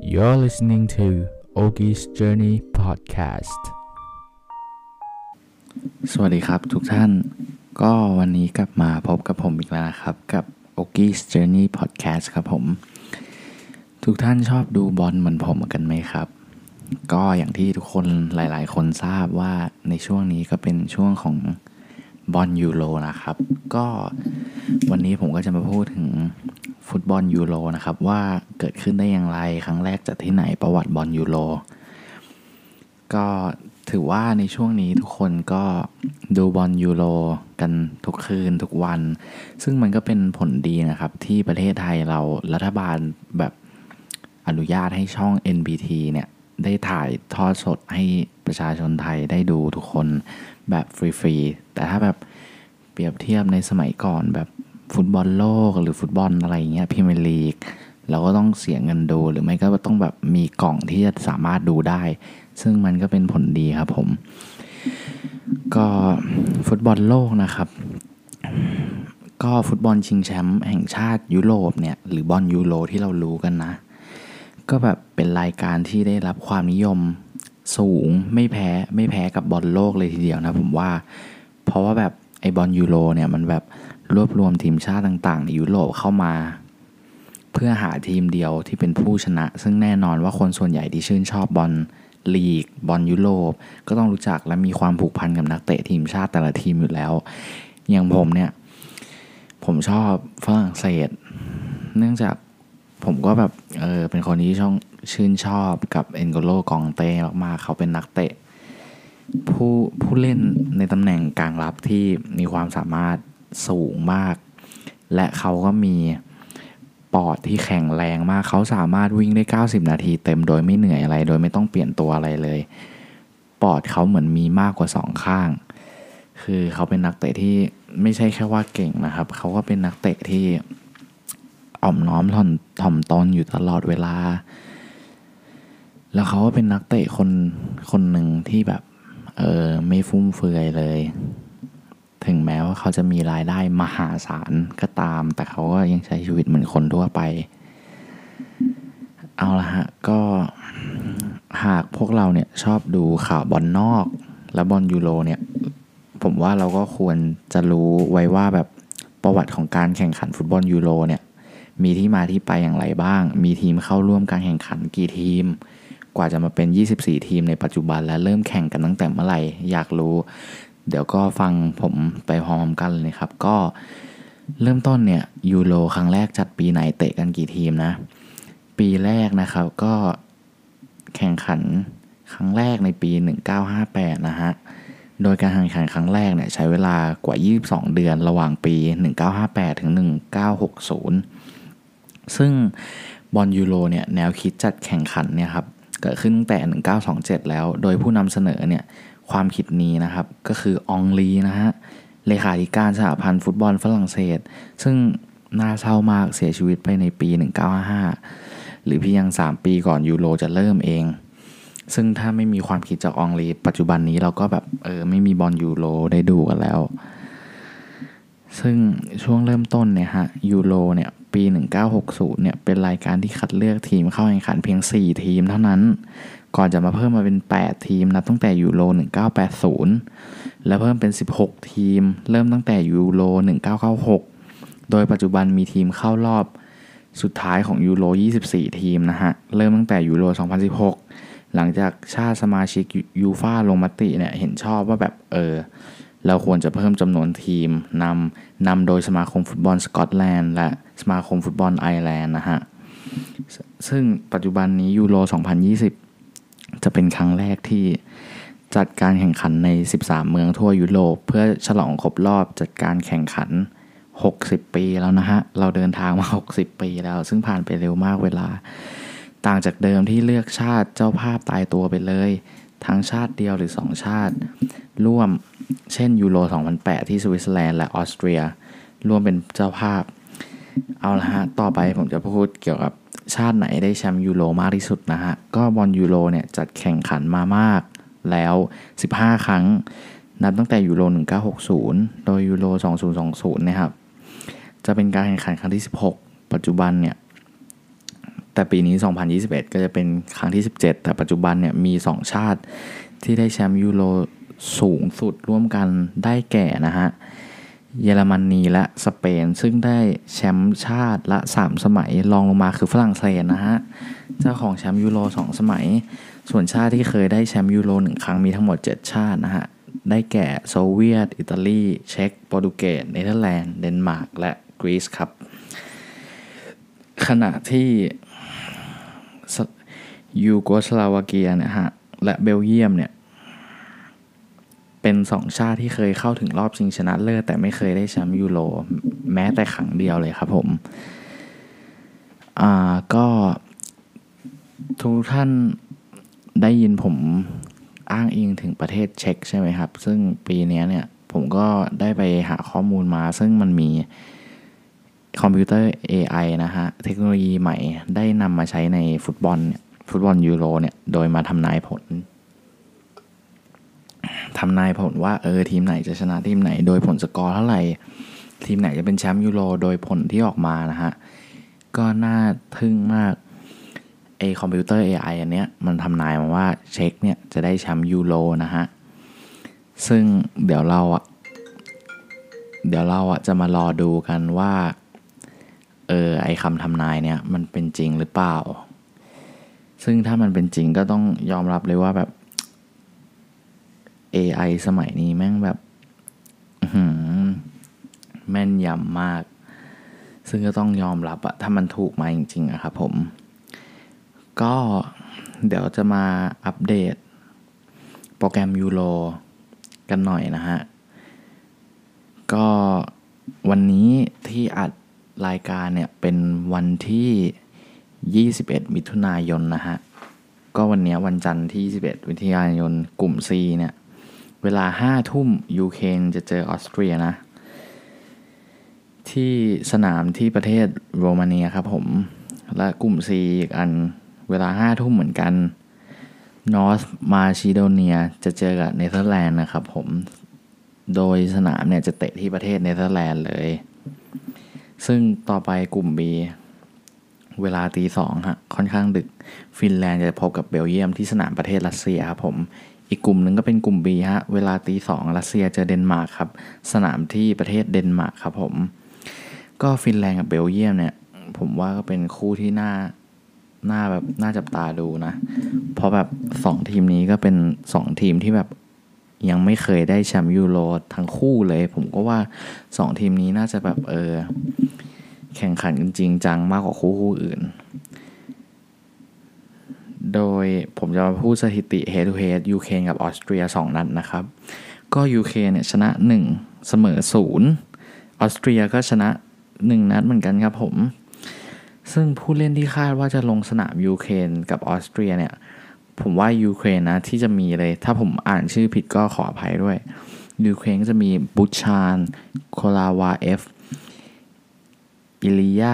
You're listening to Ogie's Journey Podcast สวัสดีครับทุกท่านก็วันนี้กลับมาพบกับผมอีกแล้วนะครับกับ Ogie's Journey Podcast ครับผมทุกท่านชอบดูบอลเหมือนผมกันไหมครับก็อย่างที่ทุกคนหลายๆคนทราบว่าในช่วงนี้ก็เป็นช่วงของบอลยูโรนะครับก็วันนี้ผมก็จะมาพูดถึงฟุตบอลยูโรนะครับว่าเกิดขึ้นได้อย่างไรครั้งแรกจากที่ไหนประวัติบอลยูโรก็ถือว่าในช่วงนี้ทุกคนก็ดูบอลยูโรกันทุกคืนทุกวันซึ่งมันก็เป็นผลดีนะครับที่ประเทศไทยเรารัฐบาลแบบอนุญาตให้ช่อง NBT เนี่ยได้ถ่ายทอดสดให้ประชาชนไทยได้ดูทุกคนแบบฟรีๆแต่ถ้าแบบเปรียบเทียบในสมัยก่อนแบบฟุตบอลโลกหรือฟุตบอลอะไรเงี้ยพรีเมียร์ลีกเราก็ต้องเสียเงินดูหรือไม่ก็ต้องแบบมีกล่องที่จะสามารถดูได้ซึ่งมันก็เป็นผลดีครับผมก็ฟุตบอลโลกนะครับก็ฟุตบอลชิงแชมป์แห่งชาติยุโรปเนี่ยหรือบอลยูโรที่เรารู้กันนะก็แบบเป็นรายการที่ได้รับความนิยมสูงไม่แพ้กับบอลโลกเลยทีเดียวนะผมว่าเพราะว่าแบบไอบอลยูโรเนี่ยมันแบบรวบรวมทีมชาติต่างๆในยุโรปเข้ามาเพื่อหาทีมเดียวที่เป็นผู้ชนะซึ่งแน่นอนว่าคนส่วนใหญ่ที่ชื่นชอบบอลลีกบอลยุโรปก็ต้องรู้จักและมีความผูกพันกับนักเตะทีมชาติแต่ละทีมอยู่แล้วอย่างผมเนี่ยผมชอบฝรั่งเศสเนื่องจากผมก็แบบเป็นคนที่ชื่นชอบกับเอ็นโกโลกองเต้มากๆเขาเป็นนักเตะผู้เล่นในตำแหน่งกลางรับที่มีความสามารถสูงมากและเขาก็มีปอดที่แข็งแรงมากเขาสามารถวิ่งได้90นาทีเต็มโดยไม่เหนื่อยอะไรโดยไม่ต้องเปลี่ยนตัวอะไรเลยปอดเขาเหมือนมีมากกว่า2ข้างคือเขาเป็นนักเตะที่ไม่ใช่แค่ว่าเก่งนะครับเขาก็เป็นนักเตะที่อ่อมน้อมถ่อมตนอยู่ตลอดเวลาแล้วเขาก็เป็นนักเตะคนหนึ่งที่แบบไม่ฟุ่มเฟือยเลยถึงแม้ว่าเขาจะมีรายได้มหาศาลก็ตามแต่เขาก็ยังใช้ชีวิตเหมือนคนทั่วไปเอาละฮะก็หากพวกเราเนี่ยชอบดูข่าวบอลนอกและบอลยูโรเนี่ยผมว่าเราก็ควรจะรู้ไว้ว่าแบบประวัติของการแข่งขันฟุตบอลยูโรเนี่ยมีที่มาที่ไปอย่างไรบ้างมีทีมเข้าร่วมการแข่งขันกี่ทีมกว่าจะมาเป็น24ทีมในปัจจุบันและเริ่มแข่งกันตั้งแต่เมื่อไหร่อยากรู้เดี๋ยวก็ฟังผมไปพร้อมกันเลยครับก็เริ่มต้นเนี่ยยูโรครั้งแรกจัดปีไหนเตะกันกี่ทีมนะปีแรกนะครับก็แข่งขันครั้งแรกในปี1958นะฮะโดยการแข่งขันครั้งแรกเนี่ยใช้เวลากว่า22เดือนระหว่างปี1958ถึง1960ซึ่งบอลยูโรเนี่ยแนวคิดจัดแข่งขันเนี่ยครับเกิดขึ้นตั้งแต่1927แล้วโดยผู้นำเสนอเนี่ยความคิดนี้นะครับก็คือองลีนะฮะเลขาธิการสหพันธ์ฟุตบอลฝรั่งเศสซึ่งน่าเศร้ามากเสียชีวิตไปในปี1955หรือเพียง3ปีก่อนยูโรจะเริ่มเองซึ่งถ้าไม่มีความคิดจากองลีปัจจุบันนี้เราก็แบบไม่มีบอลยูโรได้ดูกันแล้วซึ่งช่วงเริ่มต้นเนี่ยฮะยูโรเนี่ยปี1960เนี่ยเป็นรายการที่คัดเลือกทีมเข้าแข่งขันเพียง4ทีมเท่านั้นก่อนจะมาเพิ่มมาเป็น8ทีมนับตั้งแต่ยูโร1980และเพิ่มเป็น16ทีมเริ่มตั้งแต่ยูโร1996โดยปัจจุบันมีทีมเข้ารอบสุดท้ายของยูโร24ทีมนะฮะเริ่มตั้งแต่ยูโร2016หลังจากชาติสมาชิกยูฟ่าลงมติเนี่ยเห็นชอบว่าแบบเราควรจะเพิ่มจำนวนทีมนำโดยสมาคมฟุตบอลสกอตแลนด์และสมาคมฟุตบอลไอร์แลนด์นะฮะซึ่งปัจจุบันนี้ยูโร2020จะเป็นครั้งแรกที่จัดการแข่งขันใน13เมืองทั่วยุโรปเพื่อฉลองครบรอบจัดการแข่งขัน60ปีแล้วนะฮะเราเดินทางมา60ปีแล้วซึ่งผ่านไปเร็วมากเวลาต่างจากเดิมที่เลือกชาติเจ้าภาพตายตัวไปเลยทั้งชาติเดียวหรือ2ชาติร่วมเช่นยูโร2008ที่สวิตเซอร์แลนด์และออสเตรียร่วมเป็นเจ้าภาพเอาละฮะต่อไปผมจะพูดเกี่ยวกับชาติไหนได้แชมป์ยูโรมากที่สุดนะฮะก็บอลยูโรเนี่ยจัดแข่งขันมามากแล้ว15ครั้งนับตั้งแต่ยูโร1960โดยยูโร2020เนี่ยครับจะเป็นการแข่งขันครั้งที่16ปัจจุบันเนี่ยแแต่ปีนี้2021ก็จะเป็นครั้งที่17แต่ปัจจุบันเนี่ยมี2ชาติที่ได้แชมป์ยูโรสูงสุดร่วมกันได้แก่นะฮะเยอรมนีและสเปนซึ่งได้แชมป์ชาติละ3สมัยรองลงมาคือฝรั่งเศสนะฮะเจ้าของแชมป์ยูโร2สมัยส่วนชาติที่เคยได้แชมป์ยูโร1ครั้งมีทั้งหมด7ชาตินะฮะได้แก่โซเวียตอิตาลีเช็กโปรตุเกสเนเธอร์แลนด์เดนมาร์กและกรีซครับขณะที่ยูโกสลาวาเกียเนี่ยฮะและเบลเยียมเนี่ยเป็น2ชาติที่เคยเข้าถึงรอบชิงชนะเลิศแต่ไม่เคยได้แชมป์ยูโรแม้แต่ครั้งเดียวเลยครับผมก็ทุกท่านได้ยินผมอ้างอิงถึงประเทศเช็กใช่ไหมครับซึ่งปีนี้เนี่ยผมก็ได้ไปหาข้อมูลมาซึ่งมันมีคอมพิวเตอร์ AI นะฮะเทคโนโลยีใหม่ได้นำมาใช้ในฟุตบอลยูโรเนี่ยโดยมาทำนายผลว่าทีมไหนจะชนะทีมไหนโดยผลสกอร์เท่าไหร่ทีมไหนจะเป็นแชมป์ยูโรโดยผลที่ออกมานะฮะก็น่าทึ่งมากคอมพิวเตอร์ AI อันเนี้ยมันทำนายมาว่าเช็กเนี่ยจะได้แชมป์ยูโรนะฮะซึ่งเดี๋ยวเราจะมารอดูกันว่าคำทำนายเนี่ยมันเป็นจริงหรือเปล่าซึ่งถ้ามันเป็นจริงก็ต้องยอมรับเลยว่าแบบ AI สมัยนี้แม่งแบบแม่นยำมากซึ่งก็ต้องยอมรับถ้ามันถูกมาจริงๆครับผมก็เดี๋ยวจะมาอัปเดตโปรแกรมยูโรกันหน่อยนะฮะก็วันนี้ที่อัดรายการเนี่ยเป็นวันที่21มิถุนายนนะฮะก็วันนี้วันจันทร์ที่21มิถุนายนกลุ่ม C เนี่ยเวลา 5 ทุ่มยูเครนจะเจอออสเตรียนะที่สนามที่ประเทศโรมาเนียครับผมและกลุ่ม C อีกอันเวลา 5 ทุ่มเหมือนกันนอร์ธมาซิโดเนียจะเจอกับเนเธอร์แลนด์นะครับผมโดยสนามเนี่ยจะเตะที่ประเทศเนเธอร์แลนด์เลยซึ่งต่อไปกลุ่ม B เวลา 2:00 ฮะค่อนข้างดึกฟินแลนด์จะพบกับเบลเยียมที่สนามประเทศรัสเซียครับผมอีกกลุ่มหนึ่งก็เป็นกลุ่ม B ฮะเวลา 2:00 รัสเซียเจอเดนมาร์กครับสนามที่ประเทศเดนมาร์กครับผมก็ฟินแลนด์กับเบลเยียมเนี่ยผมว่าก็เป็นคู่ที่น่าจับตาดูนะเพราะแบบ2ทีมนี้ก็เป็น2ทีมที่แบบยังไม่เคยได้แชมป์ยูโรทั้งคู่เลยผมก็ว่า2ทีมนี้น่าจะแบบแข่งขันกันจริงจังมากกว่าคู่อื่นโดยผมจะมาพูดสถิติ head to head ยูเครนกับออสเตรีย2นัดนะครับก็ยูเครนเนี่ยชนะ1เสมอ0ออสเตรียก็ชนะ1นัดเหมือนกันครับผมซึ่งผู้เล่นที่คาดว่าจะลงสนามยูเครนกับออสเตรียเนี่ยผมว่ายูเครนนะที่จะมีเลยถ้าผมอ่านชื่อผิดก็ขออภัยด้วยยูเครนก็จะมีบุชานโคลาวาเอฟอิลิยา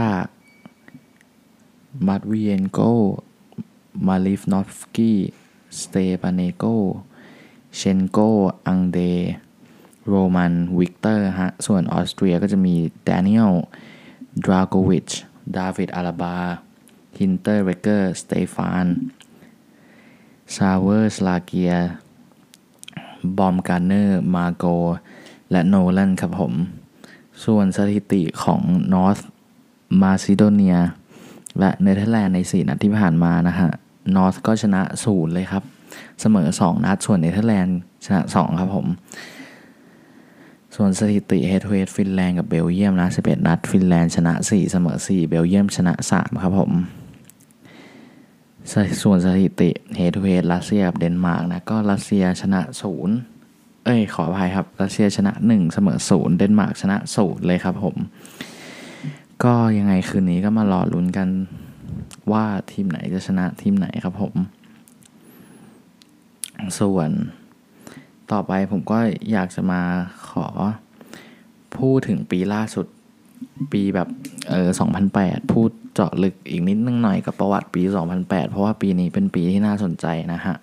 มัตวิเยนโกมาลิฟนอฟสกี้สเตปาเนโกเชนโกอังเดโรมันวิกเตอร์ฮะส่วนออสเตรียก็จะมีแดเนียลดราโกวิชดาวิดอาราบาฮินเตอร์เรเกอร์สเตฟานซาเวอร์สลาเกียบอมการ์เนอร์มาโกและโนแลนครับผมส่วนสถิติของนอร์ธมาซิโดเนียและเนเธอร์แลนด์ใน4นัดที่ผ่านมานะฮะนอร์ธก็ชนะ0เลยครับเสมอ2นัดส่วนเนเธอร์แลนด์ชนะ2ครับผมส่วนสถิติ head to head ฟินแลนด์กับเบลเยียมนะ11นัดฟินแลนด์ชนะ4เสมอ4เบลเยียมชนะ3ครับผมส่วนสถิติ head to head รัสเซียกับเดนมาร์กนะก็รัสเซียชนะ0ขออภัยครับรัสเซียชนะ1เสมอ0เดนมาร์กชนะ0เลยครับผมก็ยังไงคืนนี้ก็มารอลุ้นกันว่าทีมไหนจะชนะทีมไหนครับผมส่วนต่อไปผมก็อยากจะมาขอพูดถึงปีล่าสุดปีแบบ2008พูดเจาะลึกอีกนิดนึงหน่อยกับประวัติปี2008เพราะว่าปีนี้เป็นปีที่น่าสนใจนะฮะ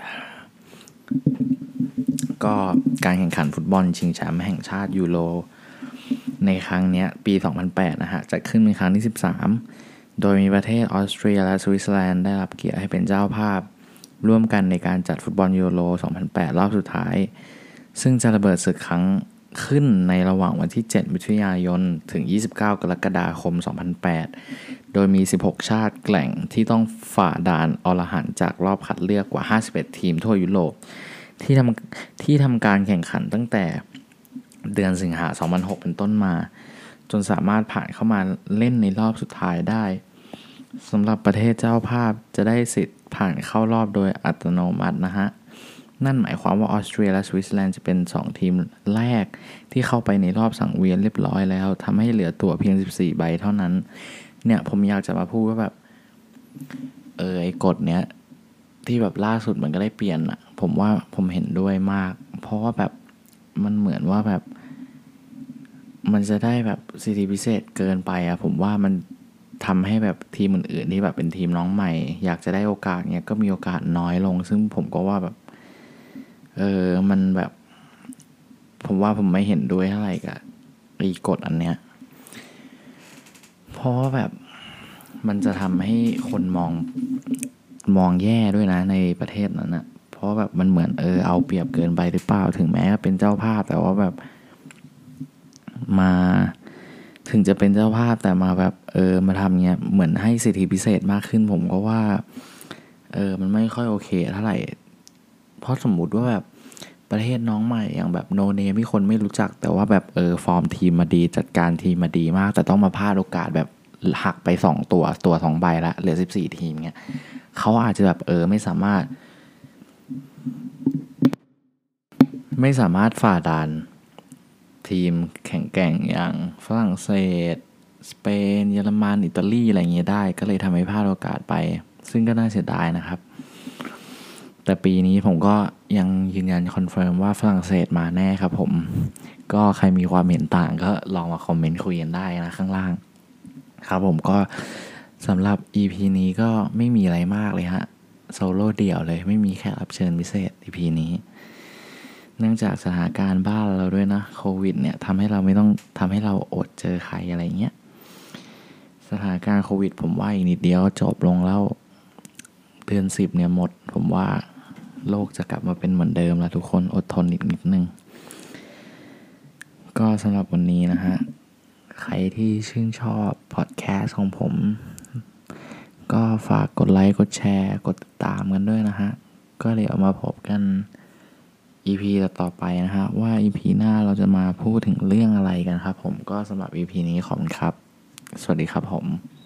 ก็การแข่งขันฟุตบอลชิงแชมป์แห่งชาติยูโรในครั้งนี้ปี 2008 นะฮะจัดขึ้นเป็นครั้งที่ 13 โดยมีประเทศออสเตรียและสวิตเซอร์แลนด์ได้รับเกียรติให้เป็นเจ้าภาพร่วมกันในการจัดฟุตบอลยูโร 2008 รอบสุดท้ายซึ่งจะระเบิดศึกครั้งขึ้นในระหว่างวันที่ 7 มิถุนายน ถึง 29 กรกฎาคม 2008 โดยมี 16 ชาติแกร่งที่ต้องฝ่าด่านอรหันต์จากรอบคัดเลือกกว่า 51 ทีมทั่วยุโรปที่ทำการแข่งขันตั้งแต่เดือนสิงหาคม 2006 เป็นต้นมาจนสามารถผ่านเข้ามาเล่นในรอบสุดท้ายได้สำหรับประเทศเจ้าภาพจะได้สิทธิ์ผ่านเข้ารอบโดยอัตโนมัตินะฮะนั่นหมายความว่าออสเตรียและสวิตเซอร์แลนด์จะเป็น2ทีมแรกที่เข้าไปในรอบสังเวียนเรียบร้อยแล้วทำให้เหลือตั๋วเพียง14 ใบเท่านั้นเนี่ยผมอยากจะมาพูดว่าแบบไอ้กฎเนี้ยที่แบบล่าสุดมันก็ได้เปลี่ยนอ่ะผมว่าผมเห็นด้วยมากเพราะว่าแบบมันเหมือนว่าแบบมันจะได้แบบสิทธิพิเศษเกินไปอ่ะผมว่ามันทำให้แบบทีมอื่นๆที่แบบเป็นทีมน้องใหม่อยากจะได้โอกาสเนี้ยก็มีโอกาสน้อยลงซึ่งผมก็ว่าแบบมันแบบผมว่าผมไม่เห็นด้วยเท่าไหร่กับอีกฎอันเนี้ยเพราะว่าแบบมันจะทำให้คนมองแย่ด้วยนะในประเทศนั้นนะเพราะแบบมันเหมือนเอาเปรียบเกินไปหรือเปล่าถึงแม้เป็นเจ้าภาพแต่ว่าแบบมาถึงจะเป็นเจ้าภาพแต่มาแบบมาทำเงี้ยเหมือนให้สิทธิพิเศษมากขึ้นผมก็ว่ามันไม่ค่อยโอเคเท่าไหร่เพราะสมมุติว่าแบบประเทศน้องใหม่อย่างแบบโนเนมที่คนไม่รู้จักแต่ว่าแบบฟอร์มทีมมาดีจัดการทีมมาดีมากแต่ต้องมาพลาดโอกาสแบบหักไป2 ตัว2 ใบละเหลือ14 ทีมเงี้ยเขาอาจจะแบบไม่สามารถฝ่าด่านทีมแข่งแกร่งอย่างฝรั่งเศสสเปนเยอรมันอิตาลีอะไรเงี้ยได้ก็เลยทำให้พลาดโอกาสไปซึ่งก็น่าเสียดายนะครับแต่ปีนี้ผมก็ยังยืนยันคอนเฟิร์มว่าฝรั่งเศสมาแน่ครับผมก็ใครมีความเห็นต่างก็ลองมาคอมเมนต์คุยกันได้นะข้างล่างครับผมก็สำหรับ EP นี้ก็ไม่มีอะไรมากเลยฮะโซโล่เดี่ยวเลยไม่มีแขกรับเชิญพิเศษ EP นี้เนื่องจากสถานการณ์บ้านเราด้วยนะโควิดเนี่ยทำให้เราอดเจอใครอะไรเงี้ยสถานการณ์โควิดผมว่าอีกนิดเดียวจบลงแล้วเดือน10เนี่ยหมดผมว่าโลกจะกลับมาเป็นเหมือนเดิมแล้วทุกคนอดทนอีกนิดนึงก็สำหรับวันนี้นะฮะใครที่ชื่นชอบพอดแคสต์ของผมก็ฝากกดไลค์กดแชร์กดติดตามกันด้วยนะฮะก็เดี๋ยวมาพบกัน EP ต่อไปนะฮะว่า EP หน้าเราจะมาพูดถึงเรื่องอะไรกันครับผมก็สำหรับ EP นี้ขอบคุณครับสวัสดีครับผม